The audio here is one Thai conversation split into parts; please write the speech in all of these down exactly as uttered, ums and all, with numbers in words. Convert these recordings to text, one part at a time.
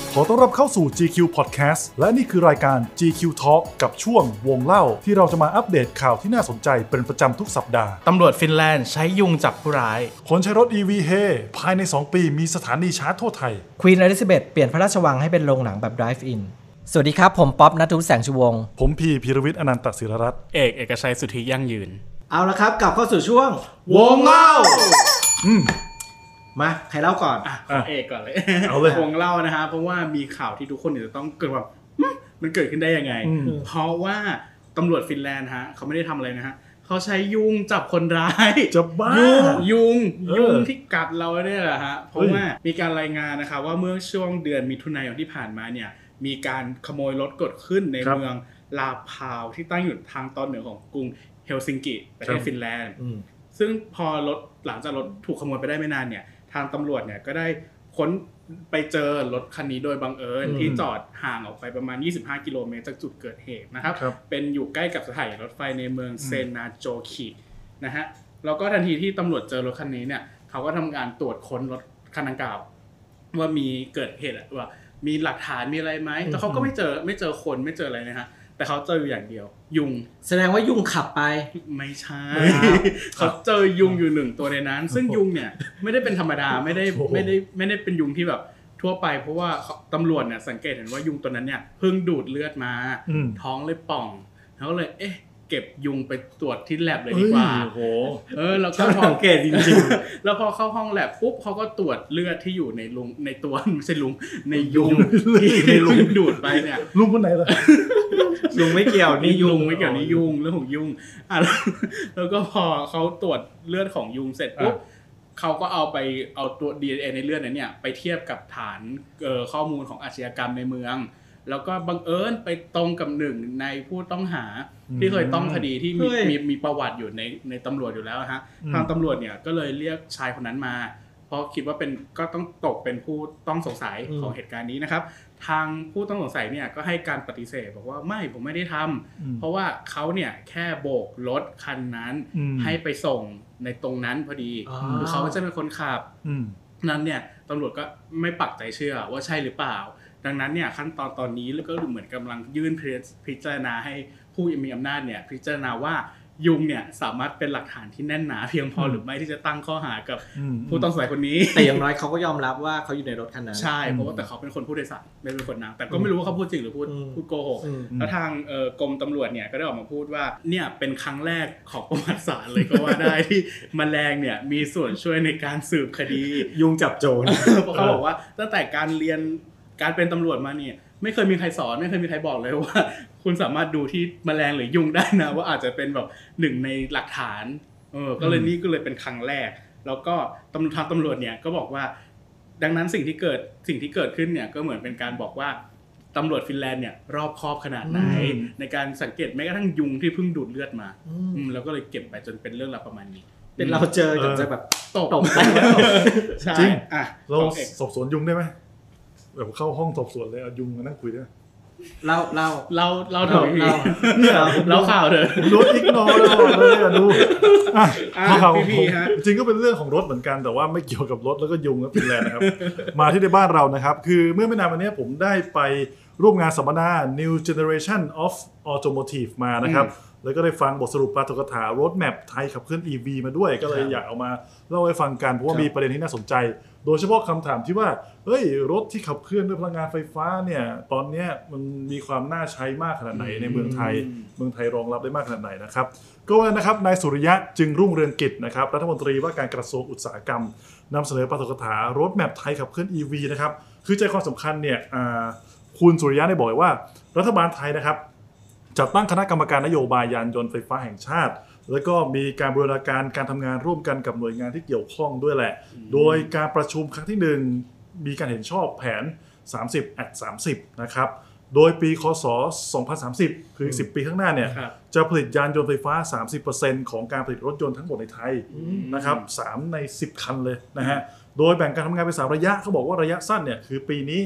ขอต้อนรับเข้าสู่ จี คิว Podcast และนี่คือรายการ จี คิว Talk กับช่วงวงเล่าที่เราจะมาอัปเดตข่าวที่น่าสนใจเป็นประจำทุกสัปดาห์ตำรวจฟินแลนด์ใช้ยุงจับผู้ร้ายคนใช้รถ อี วี เฮภายในสองปีมีสถานีชาร์จทั่วไทย Queen Elizabeth เปลี่ยนพระราชวังให้เป็นโรงหนังแบบ Drive-in สวัสดีครับผมป๊อปณัฐวุฒิแสงชูวงศ์ผมพีพีรวิทย์อนันตศิรรัตน์เอกเอกชัยสุทธิยั่งยืนเอาละครับกลับเข้าสู่ช่วงวงเล่าอืมมาใครเล่าก่อนอ่ะขอเอกก่อนเลยเอาเลยวงเล่านะฮะเพราะว่ามีข่าวที่ทุกคนจะต้องเกิดแบบมันเกิดขึ้นได้ยังไงเพราะว่าตำรวจฟินแลนด์ฮะเขาไม่ได้ทำอะไรนะฮะเขาใช้ยุงจับคนร้ายจับบ้ายุงยุงที่กัดเราเนี่ยแหละฮะเพราะว่ามีการรายงานนะคะว่าเมื่อช่วงเดือนมิถุนายนที่ผ่านมาเนี่ยมีการขโมยรถเกิดขึ้นในเมืองลาพาวที่ตั้งอยู่ทางตอนเหนือของกรุงเฮลซิงกิประเทศฟินแลนด์ซึ่งพอรถหลังจากรถถูกขโมยไปได้ไม่นานเนี่ยทางตำรวจเนี่ยก็ได้ค้นไปเจอรถคันนี้โดยบังเอิญที่จอดห่างออกไปประมาณยี่สิบห้ากิโลเมตรจากจุดเกิดเหตุนะครับเป็นอยู่ใกล้กับสถานีรถไฟในเมืองเซนาโจคินะฮะแล้วก็ทันทีที่ตำรวจเจอรถคันนี้เนี่ยเขาก็ทำการตรวจค้นรถคันดังกล่าวว่ามีเกิดเหตุว่ามีหลักฐานมีอะไรไหมแต่เขาก็ไม่เจอไม่เจอคนไม่เจออะไรนะฮะแต่เขาเจออยู่อย่างเดียวยุงแสดงว่ายุงขับไปไม่ใช่เขาเจอยุงอยู่หนึ่งตัวในนั้นซึ่งยุงเนี่ยไม่ได้เป็นธรรมดาไม่ได้ไม่ได้ไม่ได้เป็นยุงที่แบบทั่วไปเพราะว่าตำรวจเนี่ยสังเกตเห็นว่ายุงตัวนั้นเนี่ยเพิ่งดูดเลือดมาท้องเลยป่องเขาเลยเอ๊ะเก็บยุงไปตรวจที่แลบเลยดีกว่าเออแล้วก็สังเกตจริงๆแล้วพอเข้าห้องแลบปุ๊บเขาก็ตรวจเลือดที่อยู่ในลุงในตัวไม่ใช่ลุงในยุงที่ในลุงดูดไปเนี่ยลุงคนไหนล่ะยุงไม่เกี่ยวนี่ยุงไม่เกี่ยวนี่ยุงเรื่องของยุงอ่ะแล้วก็พอเขาตรวจเลือดของยุงเสร็จปุ๊บเขาก็เอาไปเอาตัว ดี เอ็น เอ ในเลือดนั้นเนี่ยไปเทียบกับฐานเอ่อข้อมูลของอาชญากรรมในเมืองแล้วก็บังเอิญไปตรงกับหนึ่งในผู้ต้องหาที่เคยต้องคดีที่มีมีมีประวัติอยู่ในในตำรวจอยู่แล้วฮะทางตำรวจเนี่ยก็เลยเรียกชายคนนั้นมาเพราะคิดว่าเป็นก็ต้องตกเป็นผู้ต้องสงสัยของเหตุการณ์นี้นะครับทางผู้ต้องสงสัยเนี่ยก็ให้การปฏิเสธบอกว่าไม่ผมไม่ได้ทำเพราะว่าเขาเนี่ยแค่โบกรถคันนั้นให้ไปส่งในตรงนั้นพอดีคือเขาจะเป็นคนขับนั้นเนี่ยตำรวจก็ไม่ปักใจเชื่อว่าใช่หรือเปล่าดังนั้นเนี่ยขั้นตอนตอนนี้ก็เหมือนกำลังยื่นพิจารณาให้ผู้มีอำนาจเนี่ยพิจารณาว่ายุงเนี่ยสามารถเป็นหลักฐานที่แน่นหนาเพียงพอหรือไม่ที่จะตั้งข้อหากับผู้ต้องสงสัยคนนี้แต่อย่างน้อยเขาก็ยอมรับว่าเขาอยู่ในรถคันนั้นใช่เพราะว่าแต่เขาเป็นคนพูดโดยสารไม่เป็นคนนั่งแต่ก็ไม่รู้ว่าเขาพูดจริงหรือพูดพูดโกหกแล้วทางกรมตำรวจเนี่ยก็ได้ออกมาพูดว่าเนี่ยเป็นครั้งแรกของประวัติศาสตร์เลยก็ว่าได้ที่แมลงเนี่ยมีส่วนช่วยในการสืบคดียุงจับโจรเพราะเขาบอกว่าตั้งแต่การเรียนการเป็นตำรวจมาเนี่ยไม่เคยมีใครสอนไม่เคยมีใครบอกเลยว่าคุณสามารถดูที่แมลงหรือยุงได้นะว่าอาจจะเป็นแบบหนึ่งในหลักฐานเออก็เลยนี่ก็เลยเป็นครั้งแรกแล้วก็ตำรวจทางตำรวจเนี่ยก็บอกว่าดังนั้นสิ่งที่เกิดสิ่งที่เกิดขึ้นเนี่ยก็เหมือนเป็นการบอกว่าตำรวจฟินแลนด์เนี่ยรอบคอบขนาดไหนในการสังเกตแม้กระทั่งยุงที่เพิ่งดูดเลือดมาแล้วก็เลยเก็บไปจนเป็นเรื่องราวประมาณนี้เป็นเราเจอกับจะแบบตกตกไปใช่อ่ะเราสอบสวนยุงได้ไหมแบบเข้าห้องสอบสวนเลยเอายุงมานั่งคุยได้เล่าเล่าเล่าเล่าเถอะพี่เนี่ยเล่าข่าวเถอะรถอีกนอเลยอ่ะดูอ่ะข่าวพี่ฮะจริงก็เป็นเรื่องของรถเหมือนกันแต่ว่าไม่เกี่ยวกับรถแล้วก็ยุงและฟินแลนด์นะครับมาที่ในบ้านเรานะครับคือเมื่อไม่นานมานี้ผมได้ไปร่วมงานสัมมนา New Generation of Automotive มานะครับแล้วก็ได้ฟังบทสรุปปาฐกถารถแมพไทยขับเคลื่อน อี วี มาด้วยก็เลยอยากเอามาเล่าให้ฟังกันเพราะว่ามีประเด็นที่น่าสนใจโดยเฉพาะคำถามที่ว่าเฮ้ยรถที่ขับเคลื่อนด้วยพลังงานไฟฟ้าเนี่ยตอนนี้มันมีความน่าใช้มากขนาดไหนในเมืองไทยเมืองไทยรองรับได้มากขนาดไหนนะครับก็วันนั้นนะครับนายสุริยะจึงรุ่งเรืองกิจนะครับรัฐมนตรีว่าการกระทรวงอุตสาหกรรมนำเสนอปาฐกถารถแมพไทยขับเคลื่อน อี วี นะครับคือใจความสำคัญเนี่ยคุณสุริยะได้บอกว่ารัฐบาลไทยนะครับจัดตั้งคณะกรรมการนโยบายยานยนต์ไฟฟ้าแห่งชาติแล้วก็มีการบูรณาการการทำงานร่วมกันกับหน่วยงานที่เกี่ยวข้องด้วยแหละโดยการประชุมครั้งที่หนึ่งมีการเห็นชอบแผน สามสิบ แอท สามสิบ นะครับโดยปีคศสองพันสามสิบคือสิบปีข้างหน้าเนี่ยจะผลิตยานยนต์ไฟฟ้า สามสิบเปอร์เซ็นต์ ของการผลิตรถยนต์ทั้งหมดในไทยนะครับสามในสิบคันเลยนะฮะโดยแบ่งการทำงานเป็นสามระยะเขาบอกว่าระยะสั้นเนี่ยคือปีนี้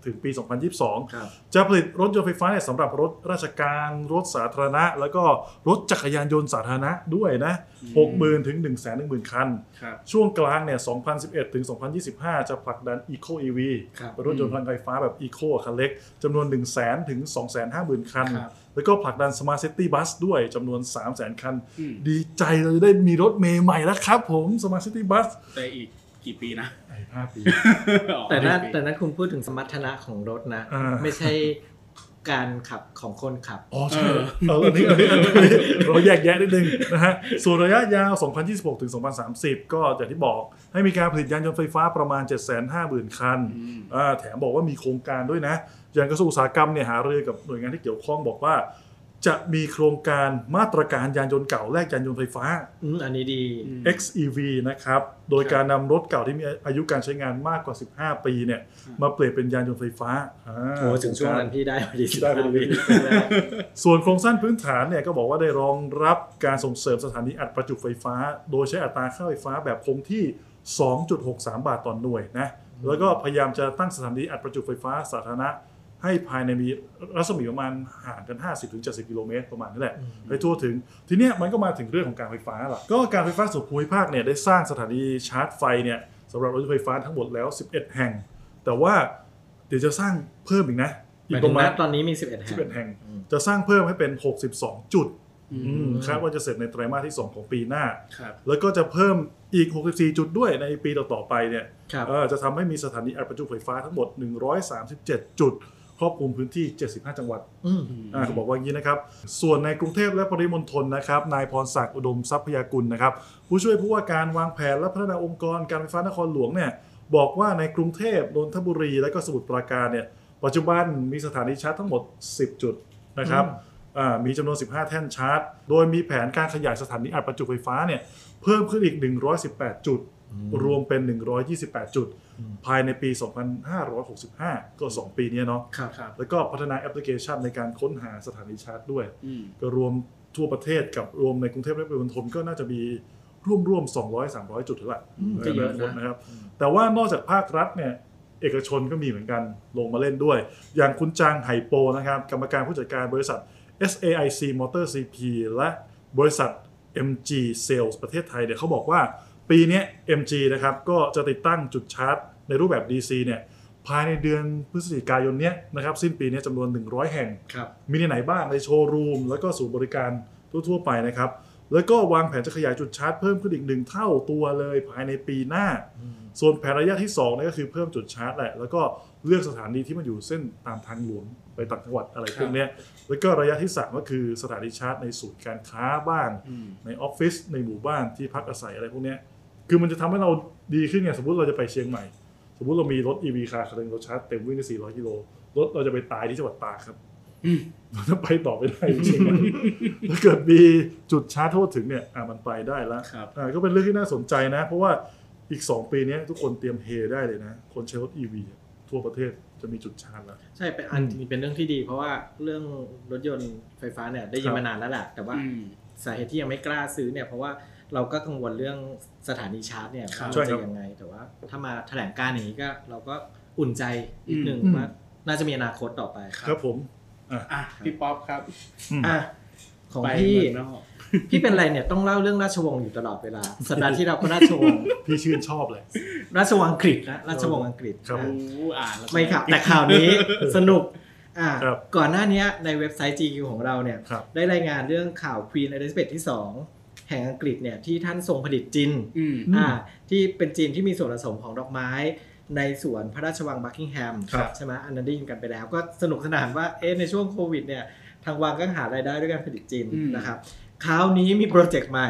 ถึงปี สองพันยี่สิบสองครับจะผลิตรถยนต์ไฟฟ้าเนี่ยสำหรับรถราชการรถสาธารณะแล้วก็รถจักรยานยนต์สาธารณะด้วยนะ หกหมื่น ถึง หนึ่งแสนหนึ่งหมื่น คันครับช่วงกลางเนี่ย สองพันสิบเอ็ด ถึง สองพันยี่สิบห้า จะผลักดัน Eco อี วีครับเป็นรถยนต์พลังไฟฟ้าแบบ Eco คันเล็กจำนวน หนึ่งแสน ถึง สองแสนห้าหมื่น คันครับแล้วก็ผลักดัน Smart City Bus ด้วยจำนวน สามแสน คันอืมดีใจเราจะได้มีรถเมล์ใหม่แล้วครับผม Smart City Bus แต่อีกกี่ปีนะไอ้ห้าปีแต่นั้นอ๋อแต่นั้นคุณพูดถึงสมรรถนะของรถนะอ่าไม่ใช่การขับของคนขับอ๋อใช่เอออันนี้อันนี้อันนี้เราแยกแยะนิดนึงนะฮะส่วนระยะยาว สองพันยี่สิบหก ถึง สองพันสามสิบ ก็อย่างที่บอกให้มีการผลิตยานยนต์ไฟฟ้าประมาณ เจ็ดแสนห้าหมื่น คันอืมอ่าแถมบอกว่ามีโครงการด้วยนะ อย่างกระทรวงอุตสาหกรรมเนี่ยหารือกับหน่วยงานที่เกี่ยวข้องบอกว่าจะมีโครงการมาตรการยานยนต์เก่าแลกยานยนต์ไฟฟ้าอืมอันนี้ดีมเอ็กซ์ อี วี นะครับ โดยการนำรถเก่าที่มีอายุการใช้งานมากกว่า สิบห้า ปีเนี่ยมาเปลี่ยนเป็นยานยนต์ไฟฟ้าอ่าโอ้ถึงช่วงนั้นพี่ได้พอดีได้พอดี ส่วนโครงสร้างพื้นฐานเนี่ยก็บอกว่าได้รองรับการส่งเสริมสถานีอัดประจุไฟฟ้า โดยใช้อัตราค่าไฟฟ้าแบบคงที่ สองจุดหกสาม บาทต่อหน่วยนะแล้วก็พยายามจะตั้งสถานีอัดประจุไฟฟ้าสาธารณะให้ภายในมีรัศมีประมาณห่างกัน ห้าสิบถึงเจ็ดสิบ กิโลเมตรประมาณนี้แหละให้ทั่วถึงทีเนี้ยมันก็มาถึงเรื่องของการไฟฟ้าล่ะก็การไฟฟ้าส่วนภูมิภาคเนี่ยได้สร้างสถานีชาร์จไฟเนี่ยสำหรับรถยนต์ไฟฟ้าทั้งหมดแล้ว สิบเอ็ด แห่ง แต่ว่าเดี๋ยวจะสร้างเพิ่มอีกนะหอีมายกปถึงระมาณว่าตอนนี้มีสิบเอ็ดแห่งสิบเอ็ด แห่งอืมจะสร้างเพิ่มให้เป็น หกสิบสอง จุดอืมอืมคาดว่าจะเสร็จในไตรมาสที่ สอง ของปีหน้าครับแล้วก็จะเพิ่มอีก หกสิบสี่ จุดด้วยในปีต่อๆไปเนี่ยครับเอ่อจะทำให้มีสถานีอัดประจุไฟฟ้าทั้งหมด หนึ่งร้อยสามสิบเจ็ด จุด ครอบคลุมพื้นที่ เจ็ดสิบห้า จังหวัดอืมอ่าเขาบอกว่าอย่างนี้นะครับ ส่วนในกรุงเทพและปริมณฑลนะครับ นายพรศักดิ์อุดมทรัพยากุลนะครับ ผู้ช่วยผู้ว่าการวางแผนและพัฒนาองค์กรการไฟฟ้านครหลวงเนี่ยบอกว่าในกรุงเทพนนทบุรีและก็สมุทรปราการเนี่ยปัจจุบันมีสถานีชาร์จทั้งหมด สิบ จุดนะครับอ่ามีจำนวน สิบห้า แท่นชาร์จ โดยมีแผนการขยายสถานีอัดประจุไฟฟ้าเนี่ยเพิ่มขึ้นอีก หนึ่งร้อยสิบแปด จุด รวมเป็น หนึ่งร้อยยี่สิบแปด จุด ภายในปี สองพันห้าร้อยหกสิบห้า ก็ สอง ปีนี้เนาะครับครับแล้วก็พัฒนาแอปพลิเคชันในการค้นหาสถานีชาร์จด้วยอืมก็รวมทั่วประเทศกับรวมในกรุงเทพและปริมณฑลก็น่าจะมีร่วมร่วมๆสองร้อย สามร้อย จุดแล้วล่ะอืมก็เยอะนะคนนะครับ แต่ว่านอกจากภาครัฐเนี่ยเอกชนก็มีเหมือนกันลงมาเล่นด้วย อย่างคุณจางไหโปนะครับกรรมการผู้จัดการบริษัท เอส เอ ไอ ซี Motor ซี พี และบริษัท เอ็ม จี Sales ประเทศไทยเนี่ยเขาบอกว่าปีนี้ เอ็ม จี นะครับก็จะติดตั้งจุดชาร์จในรูปแบบ ดี ซี เนี่ยภายในเดือนพฤศจิกายนเนี้ยนะครับสิ้นปีนี้จำนวนหนึ่งร้อยแห่งครับมีในไหนบ้างในโชว์รูมแล้วก็ศูนย์บริการทั่วๆไปนะครับ แล้วก็วางแผนจะขยายจุดชาร์จเพิ่มขึ้นอีกหนึ่งเท่าตัวเลยภายในปีหน้า ส่วนแผนระยะที่สองนี่ก็คือเพิ่มจุดชาร์จแหละแล้วก็เลือกสถานีที่มันอยู่เส้นตามทางหลวงไปต่างจังหวัดอะไรพวกเนี้ยแล้วก็ระยะที่สามก็คือสถานีชาร์จในศูนย์การค้าบ้างอืมในออฟฟิศในหมู่บ้านที่พักอาศัยอะไรพวกเนี้ยคือมันจะทำให้เราดีขึ้นไงสมมติเราจะไปเชียงใหม่ สมมติเรามีรถ อี วี คาร์คันหนึงเราชาร์จเต็มวิ่งได้สี่ร้อยกิโลรถเราจะไปตายที่จังหวัดตากครับอืมเราจะไปต่อไม่ได้จริงๆ ถ้าเกิดมีจุดชาร์จทั่วถึงเนี่ยอ่ะมันไปได้แล้วครับอ่ะก็เป็นเรื่องที่น่าสนใจนะ เพราะว่าอีกสองปีนี้ทุกคนเตรียมเฮได้เลยนะ คนใช้รถ อี วี ทั่วประเทศจะมีจุดชาร์จแล้วใช่เป็นอันนี้เป็นเรื่องที่ดี เพราะว่าเรื่องรถยนต์ไฟฟ้าเนี่ยได้ยินมานานแล้วแหละแต่ว่าอืมสาเหตุที่ยังไม่กล้าซื้อเนี่ยเพราะว่าเราก็กังวลเรื่องสถานีชาร์จเนี่ยครับว่าใช่มันครัจะบยังไง แต่ว่าถ้ามาแถลงการณ์อย่างนี้ก็เราก็อุ่นใจอีกหนึ่งอืมว่าน่าจะมีอนาคตต่อไปครับผมอ่ะพี่ป๊อปครับอืมอ่ะของไปพี่เมืองนอกพี่เป็นอะไรเนี่ยต้องเล่าเรื่องราชวงศ์อยู่ตลอดเวลาสัปดาห์ที่เราก็ราชวงศ์พี่ชื่นชอบเลยราชวงศ์อังกฤษนะราชวงศ์อังกฤษครับนะโอ้อ่านแล้วไม่ครับแต่ข่าวนี้สนุกอ่าครับก่อนหน้านี้ในเว็บไซต์ จี คิว ของเราเนี่ยครับได้รายงานเรื่องข่าว Queen Elizabeth ที่ สอง แห่งอังกฤษเนี่ยที่ท่านทรงผลิตจินอืมอ่าที่เป็นจินที่มีส่วนผสมของดอกไม้ในสวนพระราชวังบักกิงแฮมครับใช่ไหมอันนั้นได้ยินกันไปแล้ว ก็สนุกสนานว่าเอ๊ะในช่วงโควิดเนี่ยทางวังก็หารายได้ด้วยการผลิตจินอืมนะครับคราวนี้มีโปรเจกต์ใหม่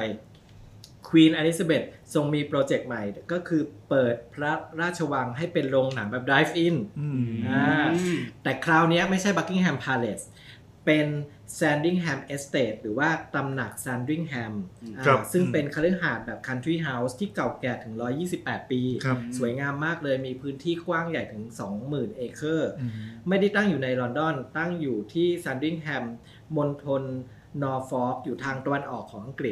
Queen Elizabeth ทรงมีโปรเจกต์ใหม่ก็คือเปิดพระราชวังให้เป็นโรงหนังแบบ drive in อืมอ่า แต่คราวนี้ไม่ใช่ Buckingham Palace เป็น Sandringham Estate หรือว่าตำหนัก Sandringham อ่าครับซึ่งเป็นคฤหาสน์แบบ Country House ที่เก่าแก่ถึงหนึ่งร้อยยี่สิบแปดปีครับสวยงามมากเลยมีพื้นที่กว้างใหญ่ถึง สองหมื่น เอเคอร์อืมไม่ได้ตั้งอยู่ในลอนดอน ตั้งอยู่ที่ Sandringham มณฑลนอร์ฟอล์กอยู่ทางตะวันออกของอังกฤษ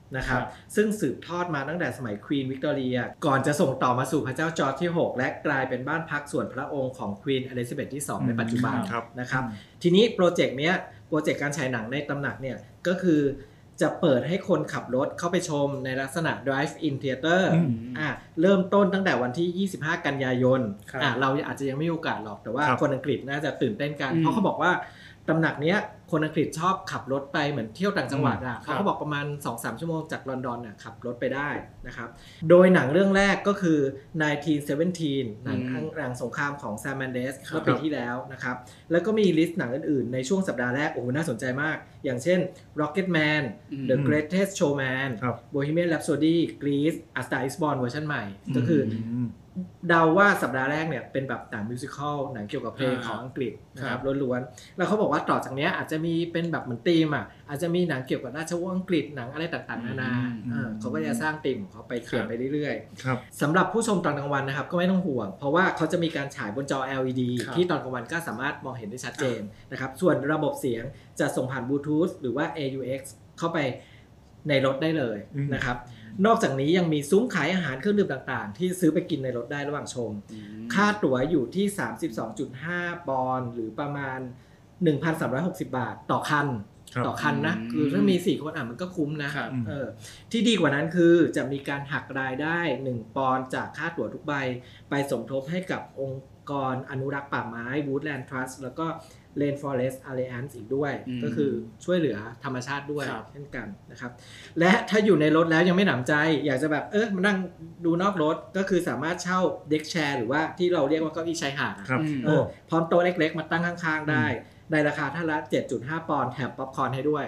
นะครับซึ่งสืบทอดมาตั้งแต่สมัยควีนวิกตอเรียก่อนจะส่งต่อมาสู่พระเจ้าจอร์จที่หกและกลายเป็นบ้านพักส่วนพระองค์ของควีนอลิซาเบธที่สองในปัจจุบันนะครับทีนี้โปรเจกต์เนี้ยโปรเจกต์การฉายหนังในตำหนักเนี่ยก็คือจะเปิดให้คนขับรถเข้าไปชมในลักษณะ drive-in theater อ่ะเริ่มต้นตั้งแต่วันที่ยี่สิบห้ากันยายนอ่ะเราอาจจะยังไม่มีโอกาสหรอกแต่ว่าคนอังกฤษน่าจะตื่นเต้นกันเพราะเขาบอกว่าตำหนักเนี้ยคนอังกฤษชอบขับรถไปเหมือนเที่ยวต่างจังหวัดอ่ะเขาก็บอกประมาณ สองถึงสาม ชั่วโมงจากลอนดอนน่ะขับรถไปได้นะครับโดยหนังเรื่องแรกก็คือหนึ่งพันเก้าร้อยสิบเจ็ดหนังหนังสงครามของแซมแมนเดสเมื่อปีที่แล้วนะครับแล้วก็มีลิสต์หนังอื่นๆในช่วงสัปดาห์แรกโอ้โหน่าสนใจมากอย่างเช่น Rocketman The Greatest Showman Bohemian Rhapsody Grease A Star Is Born เวอร์ชันใหม่ก็คือเดาว่าสัปดาห์แรกเนี่ยเป็นแบบหนังมิวสิควลหนังเกี่ยวกับเพลงของอังกฤษนะครับล้วนๆแล้วเขาบอกว่าต่อจากนี้อาจจะมีเป็นแบบเหมือนธีมอ่ะอาจจะมีหนังเกี่ยวกับราชวงศ์อังกฤษหนังอะไรต่างๆนานาเขาก็จะสร้างธีมของเขาไปเขียนไปเรื่อยๆสำหรับผู้ชมตอนกลางวันนะครับก็ไม่ต้องห่วงเพราะว่าเขาจะมีการฉายบนจอ แอล อี ดี ที่ตอนกลางวันก็สามารถมองเห็นได้ชัดเจนนะครับส่วนระบบเสียงจะส่งผ่านบลูทูธหรือว่า เอ ยู เอ็กซ์ เข้าไปในรถได้เลยนะครับนอกจากนี้ยังมีซุ้มขายอาหารเครื่องดื่มต่างๆที่ซื้อไปกินในรถได้ระหว่างชมค่าตั๋วอยู่ที่ สามสิบสองจุดห้า ปอนด์หรือประมาณ หนึ่งพันสามร้อยหกสิบ บาทต่อคันต่อคันนะคือถ้ามีสี่คนอ่ะมันก็คุ้มนะเออที่ดีกว่านั้นคือจะมีการหักรายได้หนึ่งปอนด์จากค่าตั๋วทุกใบไปสมทบให้กับองค์กรอนุรักษ์ป่าไม้ Woodland Trust แล้วก็Rainforest Alliance อีกด้วยก็คือช่วยเหลือธรรมชาติด้วยเช่นกันนะครับและถ้าอยู่ในรถแล้วยังไม่หนำใจอยากจะแบบเออมานั่งดูนอกรถก็คือสามารถเช่าเด็กแชร์หรือว่าที่เราเรียกว่าเก้าอี้ชายหาดเออพร้อมโต๊ะเล็กๆมาตั้งข้างๆได้ในราคาท่านละ เจ็ดจุดห้า ปอนด์แถมป๊อปคอร์นให้ด้วย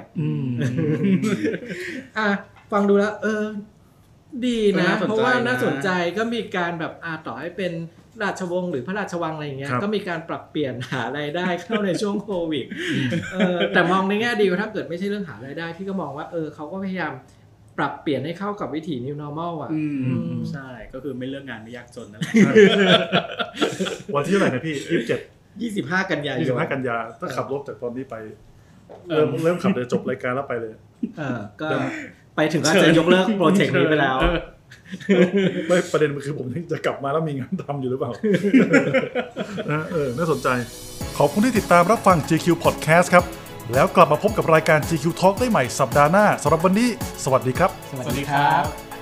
อ่ะฟังดูแล้วเออดีนะเพราะว่าน่าสนใจก็มีการแบบอ่ะต่อให้เป็นราชวงศ์หรือพระราชวังอะไรอย่างเงี้ยก็มีการปรับเปลี่ยนหารายได้เข้าในช่วงโควิดเออแต่มองในแง่ดีว่าถ้าเกิดไม่ใช่เรื่องหารายได้พี่ก็มองว่าเออเขาก็พยายามปรับเปลี่ยนให้เข้ากับวิถี New Normal อ่ะใช่ก็คือไม่เลือกงานไม่ยากจนนั่นแหละวันที่เท่าไหร่นะพี่ยี่สิบเจ็ดยี่สิบห้ากันยายนยี่สิบห้ากันยาถ้าขับรถจากตอนนี้ไปเริ่มเริ่มขับเดี๋ยวจบรายการแล้วไปเลยเออก็ไปถึงก็จะยกเลิกโปรเจกต์นี้ไปแล้วไม่ประเด็นมันคือผมจะกลับมาแล้วมีงานทำอยู่หรือเปล่าเออน่าสนใจขอบคุณที่ติดตามรับฟัง จี คิว Podcast ครับแล้วกลับมาพบกับรายการ จี คิว Talk ได้ใหม่สัปดาห์หน้าสำหรับวันนี้สวัสดีครับสวัสดีครับ